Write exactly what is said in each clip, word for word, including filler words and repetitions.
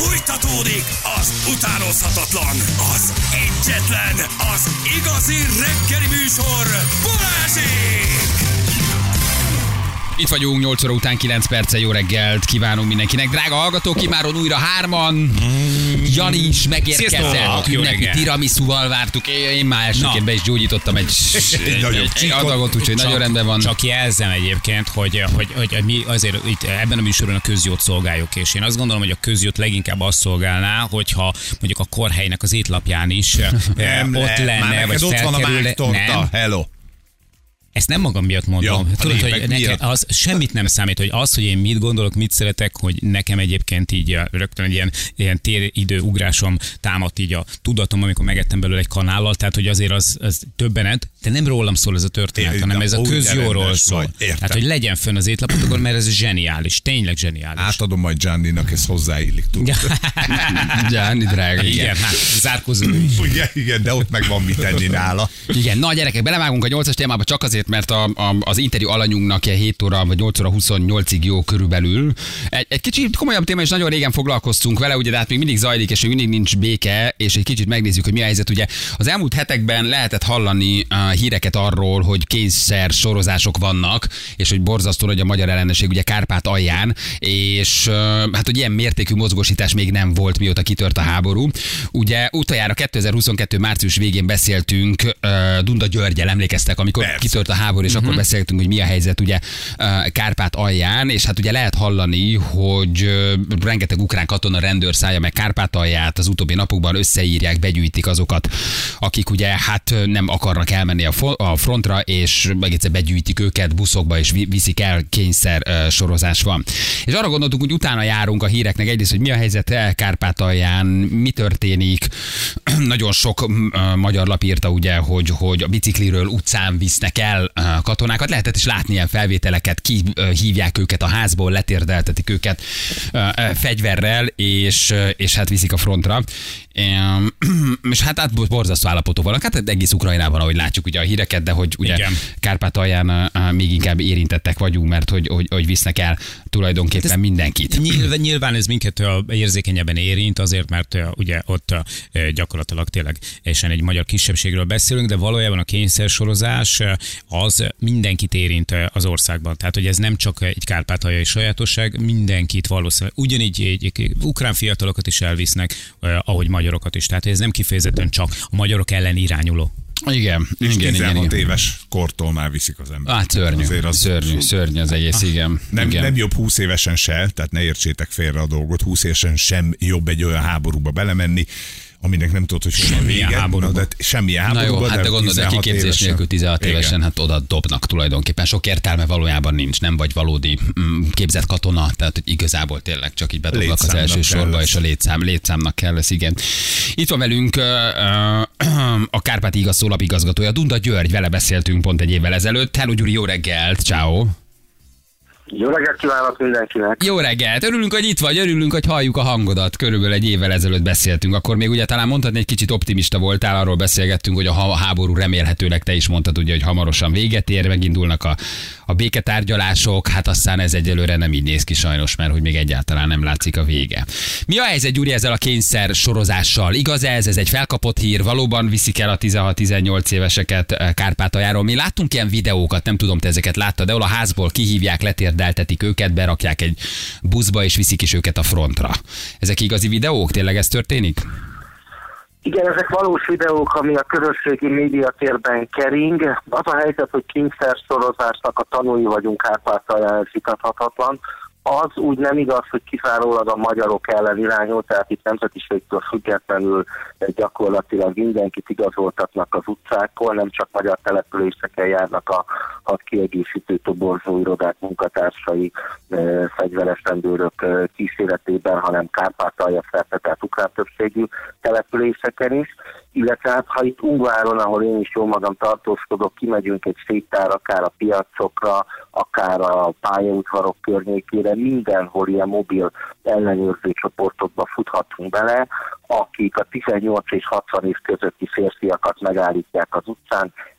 Fújtatódik az utánozhatatlan, az egyetlen, az igazi reggeli műsor, Balázsék! Itt vagyunk, nyolc óra után kilenc perccel, jó reggelt kívánunk mindenkinek. Drága hallgatók, imáron újra hárman. Jani is megérkezett. Ünnepi tiramisuval vártuk. Én már elsőként be is gyógyítottam egy, egy, egy, egy adagot, úgyhogy nagyon rendben van. Csak jelzem egyébként, hogy, hogy, hogy mi azért itt ebben a műsorban a közjót szolgáljuk, és én azt gondolom, hogy a közjót leginkább azt szolgálná, hogyha mondjuk a Korhelynek az étlapján is nem, ott nem, lenne, vagy ott van a felkerülne. mágtorta, hello. Ezt nem magam miatt mondom. Ja, Tudod, hogy nekem az semmit nem számít, hogy az, hogy én mit gondolok, mit szeretek, hogy nekem egyébként így rögtön egy ilyen, ilyen téridő ugrásom támadt így a tudatom, amikor megettem belőle egy kanállal, tehát hogy azért az, az többenet, de nem rólam szól ez a történet, é, hanem ez a közjóról szól. Tehát, hogy legyen fönn az étlapotokon, mert ez zseniális, tényleg zseniális. Átadom majd Gianninak, ez hozzáillik, tudod. Gianni drága. Igen, igen, hát zárkózó is. Igen, igen, de ott meg van mit tenni nála. Igen, na gyerekek, belevágunk a nyolcas témába csak azért, mert a, a, az interjú alanyunknak ilyen hét óra vagy nyolc óra huszonnyolcig jó körülbelül. Egy, egy kicsit komolyabb téma, és nagyon régen foglalkoztunk vele, ugye, de hát még mindig zajlik, és még mindig nincs béke, és egy kicsit megnézzük, hogy mi a helyzet. Ugye az elmúlt hetekben lehetett hallani uh, híreket arról, hogy kényszer sorozások vannak, és hogy borzasztó nagy a magyar ellenesség ugye Kárpátalján, és uh, hát hogy ilyen mértékű mozgósítás még nem volt, mióta kitört a háború. Ugye utoljára kétezer-huszonkettő március végén beszéltünk uh, Dunda Györgyel, emlékeztek, amikor Persze. kitört a háború, és uh-huh. akkor beszéltünk, hogy mi a helyzet ugye Kárpátalján, és hát ugye lehet hallani, hogy rengeteg ukrán katona rendőr szállja meg Kárpátalját, az utóbbi napokban összeírják, begyűjtik azokat, akik ugye hát nem akarnak elmenni a frontra, és meg egyszer begyűjtik őket buszokba, és viszik el, kényszer sorozás van. És arra gondoltunk, hogy utána járunk a híreknek egyrészt, hogy mi a helyzet Kárpátalján, mi történik. Nagyon sok magyar lap írta ugye, hogy, hogy a bicikliről utcán visznek el katonákat, lehetett is látni ilyen felvételeket, kihívják őket a házból, letérdeltetik őket fegyverrel, és, és hát viszik a frontra. És hát át borzasztó állapotok vannak, hát egész Ukrajnában, ahogy látjuk ugye a híreket, de hogy ugye Igen. Kárpátalján még inkább érintettek vagyunk, mert hogy, hogy, hogy visznek el tulajdonképpen hát mindenkit. Nyilván, nyilván ez minket érzékenyebben érint, azért, mert ugye ott gyakorlatilag tényleg esen egy magyar kisebbségről beszélünk, de valójában a kényszersorozás az mindenkit érint az országban. Tehát, hogy ez nem csak egy kárpátaljai sajátosság, mindenkit valószínűleg. Ugyanígy egy, egy ukrán fiatalokat is elvisznek, ahogy magyarokat is. Tehát ez nem kifejezetten csak a magyarok ellen irányuló. Igen, és igen, tizenhat igen, éves kortól már viszik az ember. Hát szörnyű, az szörnyű, szörnyű az egész, igen. Nem, igen. nem jobb húsz évesen se, tehát ne értsétek félre a dolgot, húsz évesen sem jobb egy olyan háborúba belemenni, aminek nem tudod, hogy semmilyen háborúba. De semmilyen háborúba. Na jó, hát de gondolod, de kiképzés nélkül tizenhat évesen, igen. hát oda dobnak tulajdonképpen. Sok értelme valójában nincs, nem vagy valódi mm, képzett katona, tehát hogy igazából tényleg csak így bedoblak az első sorba, lesz. És a létszám, létszámnak kell lesz, igen. Itt van velünk uh, uh, a Kárpáti Igaz Szólap igazgatója, Dunda György, vele beszéltünk pont egy évvel ezelőtt. Hello Gyuri, jó reggelt, ciao. Jó reggelt kívánok mindenkinek! Jó reggelt! Örülünk, hogy itt vagy, örülünk, hogy halljuk a hangodat. Körülbelül egy évvel ezelőtt beszéltünk. Akkor még ugye talán mondhatni, egy kicsit optimista voltál, arról beszélgettünk, hogy a háború remélhetőleg, te is mondtad, ugye, hogy hamarosan véget ér, megindulnak a, a béketárgyalások, hát aztán ez egyelőre nem így néz ki sajnos, mert hogy még egyáltalán nem látszik a vége. Mi a helyzet, Gyuri, ezzel a kényszer sorozással? Igaz ez? Ez egy felkapott hír, valóban viszik el a tizenhat-tizennyolc éveseket Kárpátaljáról. Mi láttunk ilyen videókat, nem tudom, te ezeket láttad, de ahol a házból kihívják, letérdeltetik őket, berakják egy buszba és viszik is őket a frontra. Ezek igazi videók? Tényleg ez történik? Igen, ezek valós videók, ami a közösségi médiatérben kering. Az a helyzet, hogy kényszerszorozásnak a tanúi vagyunk Kárpátalján, ez vitathatatlan. Az úgy nem igaz, hogy kizárólag a magyarok ellen irányul, tehát itt nemzetiségtől függetlenül gyakorlatilag mindenkit igazoltatnak az utcákon, nem csak magyar településeken járnak a hat kiegészítő toborzó irodák munkatársai, fegyveres rendőrök kíséretében, hanem Kárpátalja szerte, tehát ukrán többségű településeken is. Illetve hát, ha itt Ungváron, ahol én is jó magam tartózkodok, kimegyünk egy sétára, akár a piacokra, akár a pályaudvarok környékére, mindenhol ilyen mobil ellenőrző csoportokba futhatunk bele, akik a tizennyolc és hatvan év közötti férfiakat megállítják az utcán,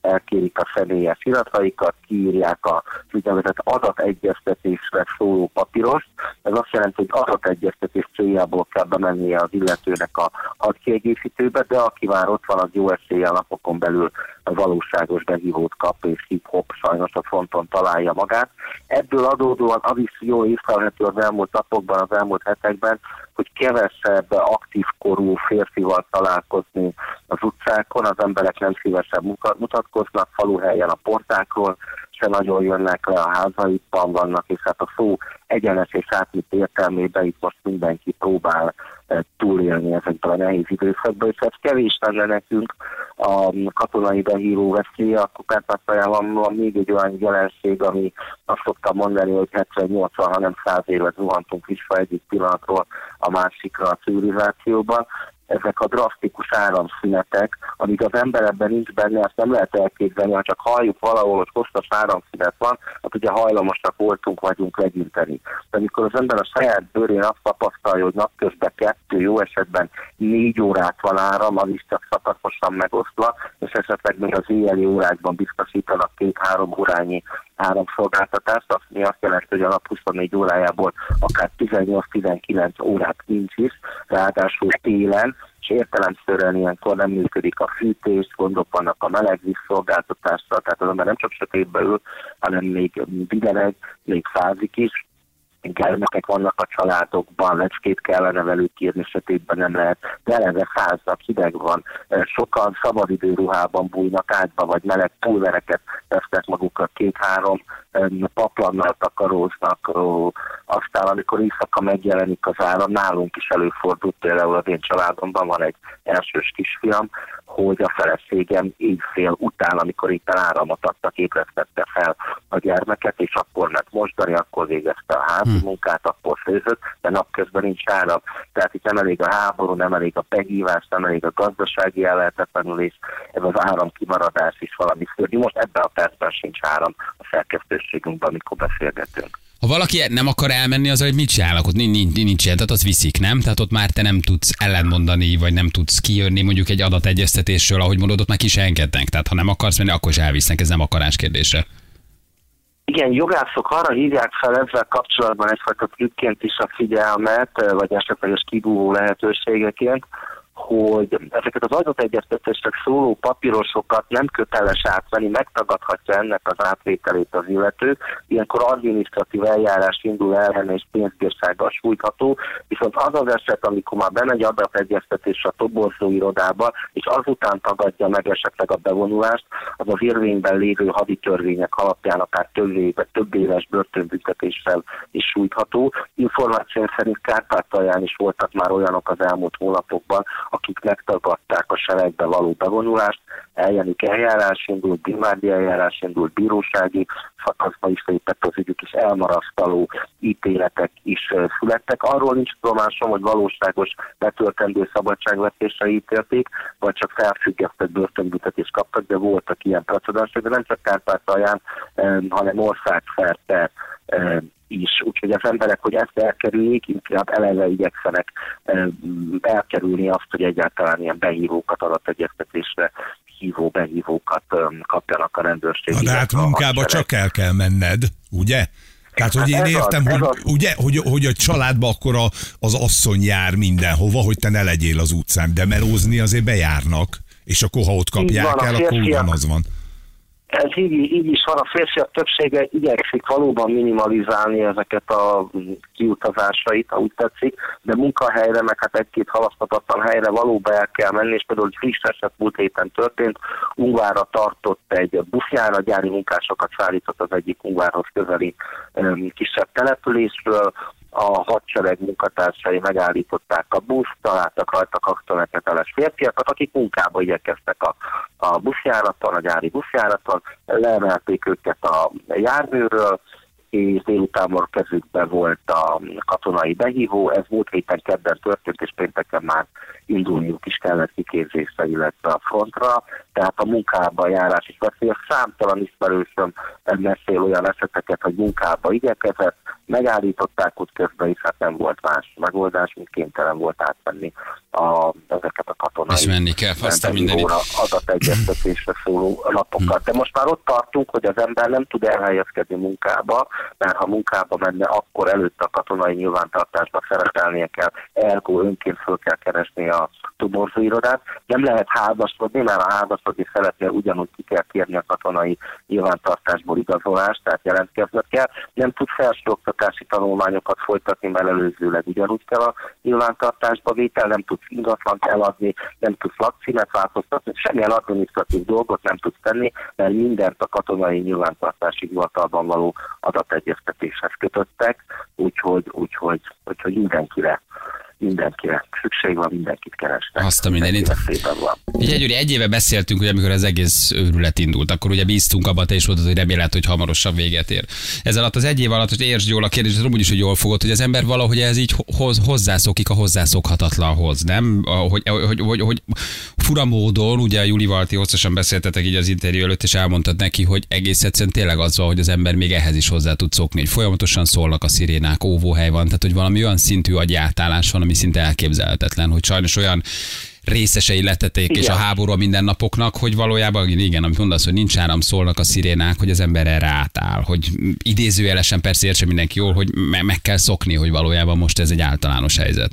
elkérik a személyes irataikat, kiírják a úgynevezett adategyeztetésre szóló papírost. Ez azt jelenti, hogy adategyeztetés céljából kell bemennie az illetőnek a hadkiegészítőbe, de aki már ott van, az jó eséllyel napokon belül a valóságos behívót kap, és hip-hop sajnos a fronton találja magát. Ebből adódóan az is jó észlelhető az elmúlt napokban, az elmúlt hetekben, hogy kevesebb aktív korú férfival találkozni az utcákon, az emberek nem szívesen mutatkoznak, faluhelyen a portákról, se nagyon jönnek le a házaikban vannak, és hát a szó egyenes és átvitt értelmében itt most mindenki próbál túlélni ezekben a nehéz időszakban, és ez kevés lenne nekünk a katonai behívó veszélye, akkor Kárpátalján van még egy olyan jelenség, ami azt szoktam mondani, hogy hetven-nyolcvan, hanem száz évet zuhantunk vissza egyik pillanatról a másikra a civilizációban. Ezek a drasztikus áramszünetek, amíg az ember ebben nincs benne, ezt nem lehet elképzelni, ha csak halljuk valahol, hogy hosszas áramszünet van, hát ugye hajlamosak voltunk, vagyunk legyinteni. De amikor az ember a saját bőrén azt tapasztalja, hogy napközben kettő, jó esetben négy órát van áram, az is csak szakaszosan megosztva, és esetleg még az éjjeli órákban biztosítanak két-három órányi áramszolgáltatást, azt mi azt jelenti, hogy a nap huszonnégy órájából akár tizennyolc-tizenkilenc órát nincs is, ráadásul télen, és értelemszerűen ilyenkor nem működik a fűtés, gondok vannak a melegvíz szolgáltatásra, tehát az ember nem csak sötétbe ül, hanem még bideleg, még fázik is. Gyermekek vannak a családokban, lecskét kellene velük írni, sötétben nem lehet, de eleve fáznak, hideg van, sokan szabadidő ruhában bújnak ágyba, vagy meleg pulvereket tesznek magukat, két-három paplannal takaróznak, aztán amikor éjszaka megjelenik az áram, nálunk is előfordult, például az én családomban van egy elsős kisfiam, hogy a feleségem éjfél után, amikor itt áramot adtak, ébresztette fel a gyermeket, és akkor lett mosdani, akkor végezte a házi munkát, akkor főzött, de napközben nincs áram. Tehát itt nem elég a háború, nem elég a behívás, nem elég a gazdasági ellehetetlenülés, ez az áramkimaradás is valami szörnyű. Most ebben a percben sincs áram a szerkesztőségünkben, amikor beszélgetünk. Ha valaki nem akar elmenni, az, hogy mit csinálnak, ott nincs, nincs ilyen, tehát azt viszik, nem? Tehát ott már te nem tudsz ellentmondani, vagy nem tudsz kijönni mondjuk egy adategyeztetésről, ahogy mondod, ott már ki se engednek. Tehát ha nem akarsz menni, akkor is elvisznek, ez nem akarás kérdése. Igen, jogászok arra hívják fel ezzel kapcsolatban egyfajta trükként is a figyelmet, vagy esetleges kibúvó lehetőségeként, hogy ezeket az adategyeztetések szóló papírosokat nem köteles átvenni, megtagadhatja ennek az átvételét az illető, ilyenkor adminisztratív eljárás indul ellen és pénzbírsággal sújtható, viszont az az eset, amikor már bemegy adategyeztetés a toborzó irodába, és azután tagadja meg esetleg a bevonulást, az az érvényben lévő haditörvények alapján akár több, éve, több éves börtönbüntetéssel is sújtható. Információ szerint Kárpátalján is voltak már olyanok az elmúlt hónapokban, akik megtagadták a seregbe való bevonulást, eljenik eljárás indult, bimárdi eljárás indult, bírósági szakaszba is lépett az ügyük, és elmarasztaló ítéletek is születtek. Arról nincs tudomásom, hogy valóságos betöltendő szabadságvesztésre ítélték, vagy csak felfüggesztett börtönbüntetést kaptak, de voltak ilyen precedensek, de nem csak Kárpátalján, hanem országszerte is. Úgyhogy az emberek, hogy ezt elkerüljék, inkább eleve igyekszenek elkerülni azt, hogy egyáltalán ilyen behívókat, adategyeztetésre hívó behívókat kapjanak a rendőrség. Na, de hát munkába csak el kell menned, ugye? Tehát, hogy én értem, hogy, ugye, hogy, hogy a családba akkor a, az asszony jár mindenhova, hogy te ne legyél az utcán, de melózni azért bejárnak, és akkor ha ott kapják van, el, akkor ugyanaz van. Ez így, így is van, a férfiak többsége igyekszik valóban minimalizálni ezeket a kiutazásait, ha úgy tetszik, de munkahelyre, meg hát egy-két halaszthatatlan helyre valóban el kell menni, és például friss eset múlt héten történt, Ungvárra tartott egy buszjára, gyári munkásokat szállított az egyik Ungvárhoz közeli um, kisebb településről, a hadsereg munkatársai megállították a buszt, találtak rajta kaktoneketeles férfiakat, akik munkába igyekeztek a, a buszjáraton, a gyári buszjáraton, leemelték őket a járműről, és délutánban kezükben volt a katonai behívó, ez múlt héten kedden történt, és pénteken már indulniuk is kellett kiképzésre, illetve a frontra, tehát a munkába járás is veszélyes. Számtalan ismerősöm mesél olyan eseteket, hogy munkába igyekezett, megállították útközben is, hát nem volt más megoldás, mint kénytelen volt átvenni a, ezeket a katonai katonai és menni kell, óra adategyeztetésre szóló napokat. De most már ott tartunk, hogy az ember nem tud elhelyezkedni munkába, mert ha munkába menne, akkor előtte a katonai nyilvántartásba szerepelnie kell, ergo önként föl kell keresni a toborzóirodát. Nem lehet házasodni, mert a házasodni szeretnél ugyanúgy ki kell kérni a katonai nyilvántartásból igazolást, tehát jelentkezned kell. Nem tud felsőoktatási tanulmányokat folytatni, mert előzőleg ugyanúgy kell a nyilvántartásba vétel, nem tudsz ingatlant eladni, nem tudsz lakcímet változtatni, semmilyen adminisztratív dolgot nem tudsz tenni, mert mindent a katonai nyilvántartási hivatalban való adategyeztetéshez kötöttek, úgyhogy, úgyhogy, úgyhogy mindenkire mindenkire szükség van, mindenkit keresnek. Azt a mindenit. Így egy, egy éve beszéltünk, hogy amikor az egész őrület indult, akkor ugye bíztunk abba, te is mondtad, hogy reméled, hogy hamarosan véget ér. Ez alatt az egy év alatt, hogy értsd jól a kérdést, tudom is, hogy jól fogod, hogy az ember valahogy ez így hoz, hozzászokik a hozzászokhatatlanhoz, nem? Hogy, hogy, hogy, hogy fura módon, ugye a Julival ti hosszasan beszéltetek így az interjú előtt, és elmondtad neki, hogy egész egyszerűen tényleg az van, hogy az ember még ehhez is hozzá tud szokni, hogy folyamatosan szólnak a szirénák, óvóhely van, tehát hogy valami olyan szintű agyátállás van, ami szinte elképzelhetetlen, hogy sajnos olyan részesei lettették és a háború a mindennapoknak, hogy valójában igen, amit mondasz, hogy nincs áram, szólnak a szirénák, hogy az ember erre átáll, hogy idézőjelesen persze értse mindenki jól, hogy me- meg kell szokni, hogy valójában most ez egy általános helyzet.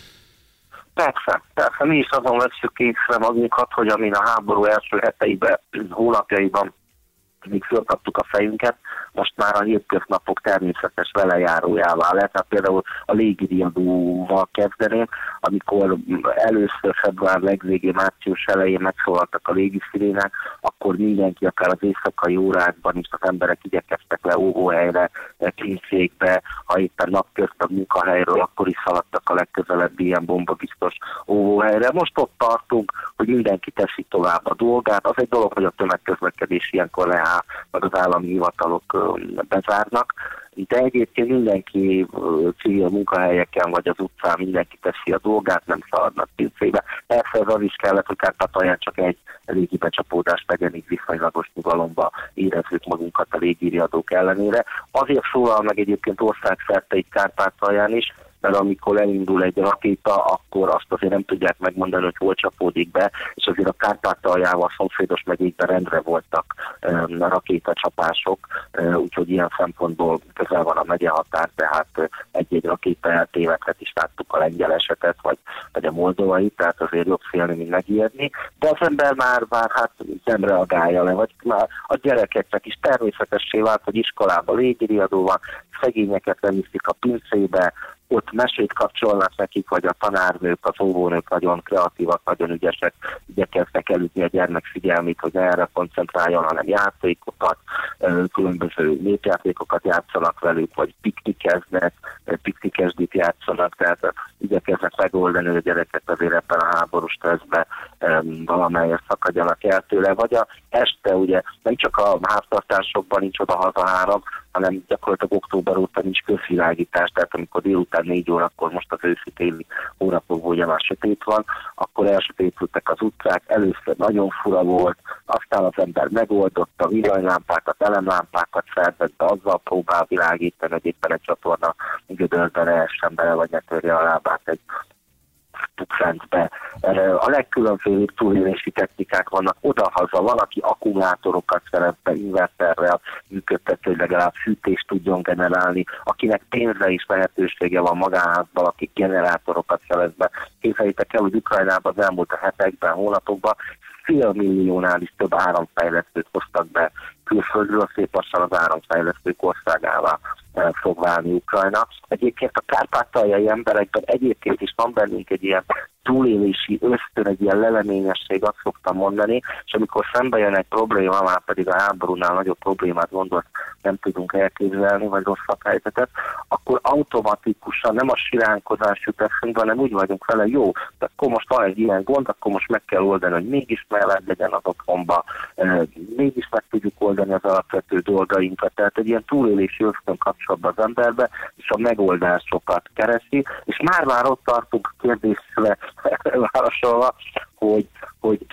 Persze, persze, mi is azon veszük észre magunkat, hogy amin a háború első heteiben, hónapjaiban míg fölkaptuk a fejünket, most már a hétköznapok természetes velejárójává lett. Hát például a légiriadóval kezdeném, amikor először február legvégén, március elején megszólaltak a légiszirénák, akkor mindenki, akár az éjszakai órákban is az emberek igyekeztek le óvóhelyre, pincékbe, ha éppen napközt a munkahelyről, akkor is szaladtak a legközelebbi ilyen bombabiztos óvóhelyre. Most ott tartunk, hogy mindenki teszi tovább a dolgát. Az egy dolog, hogy a tömegközlekedés ilyenkor leáll, meg az állami hivatalok bezárnak, de egyébként mindenki civil munkahelyeken vagy az utcán mindenki teszi a dolgát, nem szaladnak pincébe. Persze ez az is kellett, hogy Kárpátalján csak egy légi becsapódás legyen, így viszonylagos nyugalomba érezzük magunkat a légiriadók ellenére. Azért szólal meg egyébként országszerte itt Kárpátalján is, mert amikor elindul egy rakéta, akkor azt azért nem tudják megmondani, hogy hol csapódik be, és azért a Kárpátaljával a szomszédos megyékben rendre voltak um, rakétacsapások, uh, úgyhogy ilyen szempontból közel van a megyehatár, tehát egy-egy rakéta eltévedhet, is láttuk a lengyel esetet, vagy, vagy a moldovai, tehát azért jobb félni, mint megijedni, de az ember már, már hát nem reagálja le, vagy már a gyerekeknek is természetessé vált, hogy iskolába légiriadó van, szegényeket leviszik a pincébe, ott mesét kapcsolnak nekik, vagy a tanárnők, az óvónők nagyon kreatívak, nagyon ügyesek, igyekeznek elütni a gyermek figyelmét, hogy ne erre koncentráljon, hanem játékokat, különböző népjátékokat játszanak velük, vagy piknikeznek, piknikesdit játszanak, tehát igyekeznek megoldani, hogy a gyerekek azért ebben a háborús stresszben valamelyest szakadjanak el tőle, vagy a este ugye nem csak a háztartásokban nincs oda-haza áram, hanem gyakorlatilag október óta nincs közvilágítás, tehát amikor délután négy órakor, most az őszi-téli hónapokban ugye már sötét van, akkor elsötétültek az utcák, először nagyon fura volt, aztán az ember megoldotta, villanylámpákat, elemlámpákat szerzett be, azzal próbál világítani, hogy éppen egy csatorna gödörben ne essen bele, vagy ne törje a lábát egy tucentbe. A legkülönfélebb túlélési technikák vannak oda-haza, van, aki akkumulátorokat szerez be, inverterrel működtető, hogy legalább fűtést tudjon generálni, akinek pénzre is lehetősége van magánházban, akik generátorokat szerez be. Képzeljétek el, hogy Ukrajnában az elmúlt a hetekben, hónapokban fél milliónál is több áramfejlesztőt hoztak be külföldről, szép lassan az áramfejlesztők országává fog válni Ukrajna. Egyébként a kárpátaljai emberekben egyébként is van bennünk egy ilyen túlélési ösztön, egy ilyen leleményesség, azt szoktam mondani, és amikor szembe jön egy probléma, már pedig a háborúnál nagyobb problémát gondolt nem tudunk elképzelni, vagy rosszabb helyzetet, akkor automatikusan nem a siránkozás jut eszünkbe, hanem úgy vagyunk vele, jó, de akkor most van egy ilyen gond, akkor most meg kell oldani, hogy mégis mellett legyen az otthonba, mégis meg tudjuk oldani az alapvető dolgainkat. Tehát egy ilyen túlélési ösztön kapcsolatban az emberbe, és a megoldásokat keresi, és már-már ott tartunk kérdésre válaszolva, hogy, hogy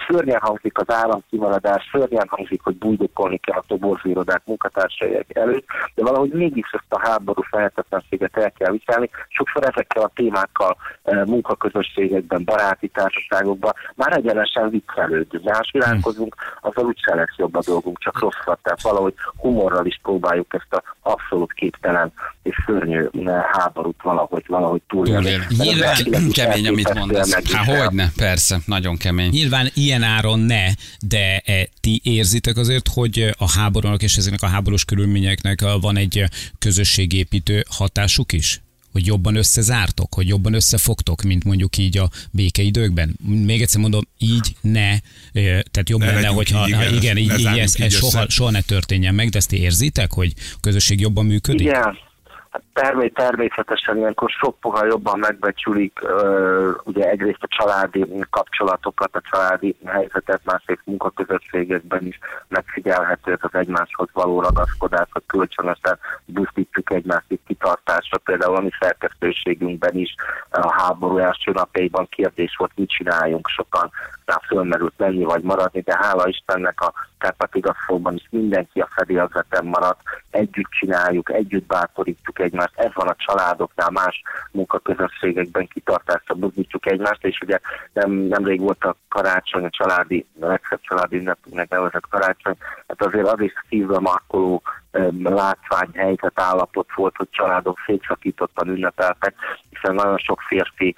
szörnyen hangzik az államkimaradás, szörnyen hangzik, hogy bújdokolni kell a toborzírodák munkatársai előtt, de valahogy mégis ezt a háború felhetetlenséget el kell viselni. Sokszor ezekkel a témákkal munkaközösségekben, baráti társaságokban már egyenesen viccelődünk. De ha svilánkozunk, azzal úgyse lesz jobb a dolgunk, csak rosszat. Tehát valahogy humorral is próbáljuk ezt az abszolút képtelen és szörnyű háborút valahogy, valahogy túlélni. Nyilván kemény, amit mondasz. Hát hogyne, persze, nagyon kemény. Nyilván ilyen áron ne, de e, ti érzitek azért, hogy a háborúnak és ezeknek a háborús körülményeknek van egy közösségépítő hatásuk is? Hogy jobban összezártok, hogy jobban összefogtok, mint mondjuk így a békeidőkben? Még egyszer mondom, így ne, tehát jobb ne lenne, hogyha így, igen, igen, így, így ez, ez soha, soha ne történjen meg, de ezt ti érzitek, hogy a közösség jobban működik? Igen. Termé- természetesen ilyenkor sokkal jobban megbecsülik uh, ugye egyrészt a családi kapcsolatokat, a családi helyzetet, másrészt munkaközösségekben is megfigyelhető az egymáshoz való ragaszkodás, hogy kölcsönösen buzdítjuk egymást itt kitartásra. Például a mi szerkesztőségünkben is a háború első napjaiban kérdés volt, mit csináljunk, sokan rá fölmerült menni vagy maradni, de hála Istennek a Kárpát-Igazfóban is mindenki a fedélzeten maradt, együtt csináljuk, együtt bátorítjuk egymást, ez van a családoknál, más munkaközösségekben kitartásra buzdítjuk egymást, és ugye nem, nemrég volt a karácsony, a családi, a legszebb családi ünnepünknek nevezett karácsony, hát azért az is szívbe markoló látvány, helyzet, állapot volt, hogy családok szétszakítottan ünnepeltek, hiszen nagyon sok férfi,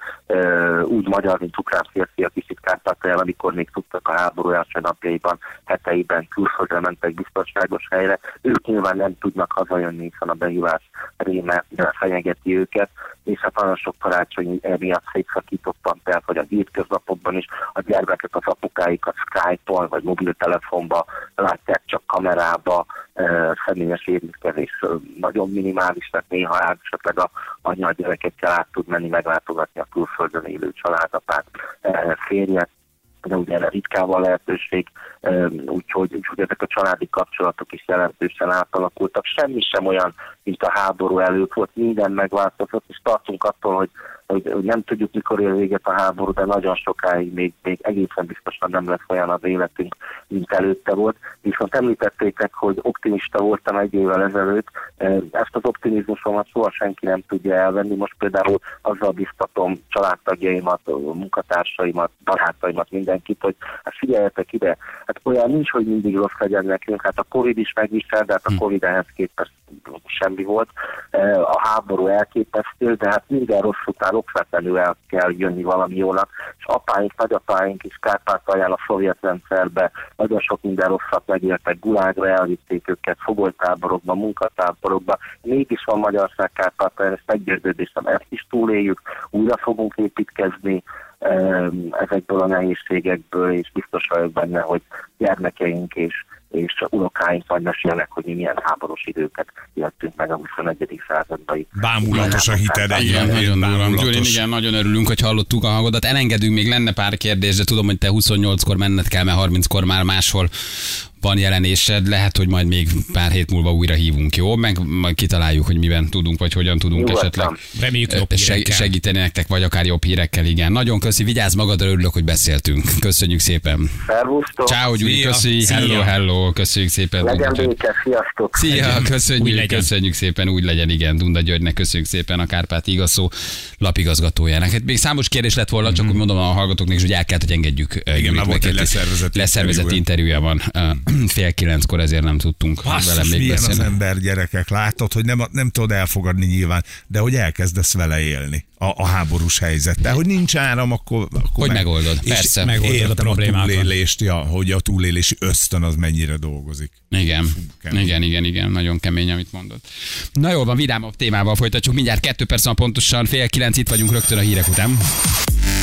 úgy magyar, mint ukrán férfiak is itt Kárpátalján, amikor még tudtak a háború első napjaiban, heteiben külföldre mentek biztonságos helyre. Ők nyilván nem tudnak hazajönni, hiszen a behívás réme fenyegeti őket, és hát nagyon sok karácsony emiatt szétszakítottan telt, vagy a hétköznapokban is a gyermekek az apukáikat Skype-on, vagy mobiltelefonba látják, csak kamerába, személyes érintkezés nagyon minimális, tehát néha esetleg a anya a gyerekekkel át tud menni meglátogatni a külföldön élő családapát, férjet, de ugye erre ritkában lehetőség, úgyhogy, úgyhogy ezek a családi kapcsolatok is jelentősen átalakultak. Semmi sem olyan, mint a háború előtt volt, minden megváltozott, és tartunk attól, hogy, hogy nem tudjuk, mikor ér véget a háború, de nagyon sokáig még, még egészen biztosan nem lesz olyan az életünk, mint előtte volt. Viszont említettétek, hogy optimista voltam egy évvel ezelőtt, ezt az optimizmusomat soha senki nem tudja elvenni. Most például azzal biztatom családtagjaimat, munkatársaimat, barátaimat, mindenkit, hogy hát figyeljetek ide, hát olyan nincs, hogy mindig rossz legyen nekünk, hát a Covid is megvisel, de hát a Covid ehhez képest semmi volt. A háború elképesztő, de hát minden rossz után okvetlenül el kell jönni valami jónak, és apáink, nagyapáink is Kárpátalján a szovjet rendszerbe nagyon sok minden rosszat megéltek, gulágra elvitték őket, fogolytáborokba, munkatáborokba, mégis van magyarság Kárpátalján, ezt meggyőződésem, ezt is túléljük, újra fogunk építkezni ezekből a nehézségekből, és biztos vagyok benne, hogy gyermekeink és és unokáink majd mesélnek, hogy mi milyen háborús időket éltünk meg a huszonegyedik században. Bámulatos a hited. Igen, nagyon durva. Gyuri, igen, nagyon örülünk, hogy hallottuk a hangodat. Elengedünk, még lenne pár kérdés, de tudom, hogy te huszonnyolckor menned kell, mert harminckor már máshol van jelenésed, lehet, hogy majd még pár hét múlva újra hívunk, jó? Meg majd kitaláljuk, hogy miben tudunk, vagy hogyan tudunk jó, esetleg reméljük jobb hírekkel segíteni nektek, vagy akár jobb hírekkel, igen. Nagyon köszi, vigyázz magadra, örülök, hogy beszéltünk. Köszönjük szépen. Szervusztok. Ciao, Gyuri, köszi. Hello, hello, köszönjük szépen. Legyen béke, sziasztok. Szia, köszönjük, köszönjük szépen, úgy legyen, igen. Dunda Györgynek köszönjük szépen, a Kárpáti Igazszó lapigazgatójának. Hát még számos kérdés lett volna, csak mm-hmm. mondom a hallgatóknak is, hogy el kellett, hogy engedjük. Igen, már volt egy leszervezett, leszervezett interjúja van. Fél kilenckor, ezért nem tudtunk Basszus, vele még milyen beszélni. Az ember, gyerekek, látod, hogy nem, nem tudod elfogadni nyilván, de hogy elkezdesz vele élni a, a háborús helyzettel, hogy nincs áram, akkor, akkor hogy meg, megoldod, és persze. Megoldod a problémákat. A túlélést, ja, hogy a túlélési ösztön az mennyire dolgozik. Igen, Fú, igen, igen, igen, nagyon kemény, amit mondod. Na jól van, vidámabb témával folytatjuk, mindjárt kettő perc van pontosan, fél kilenc, itt vagyunk rögtön a hírek után.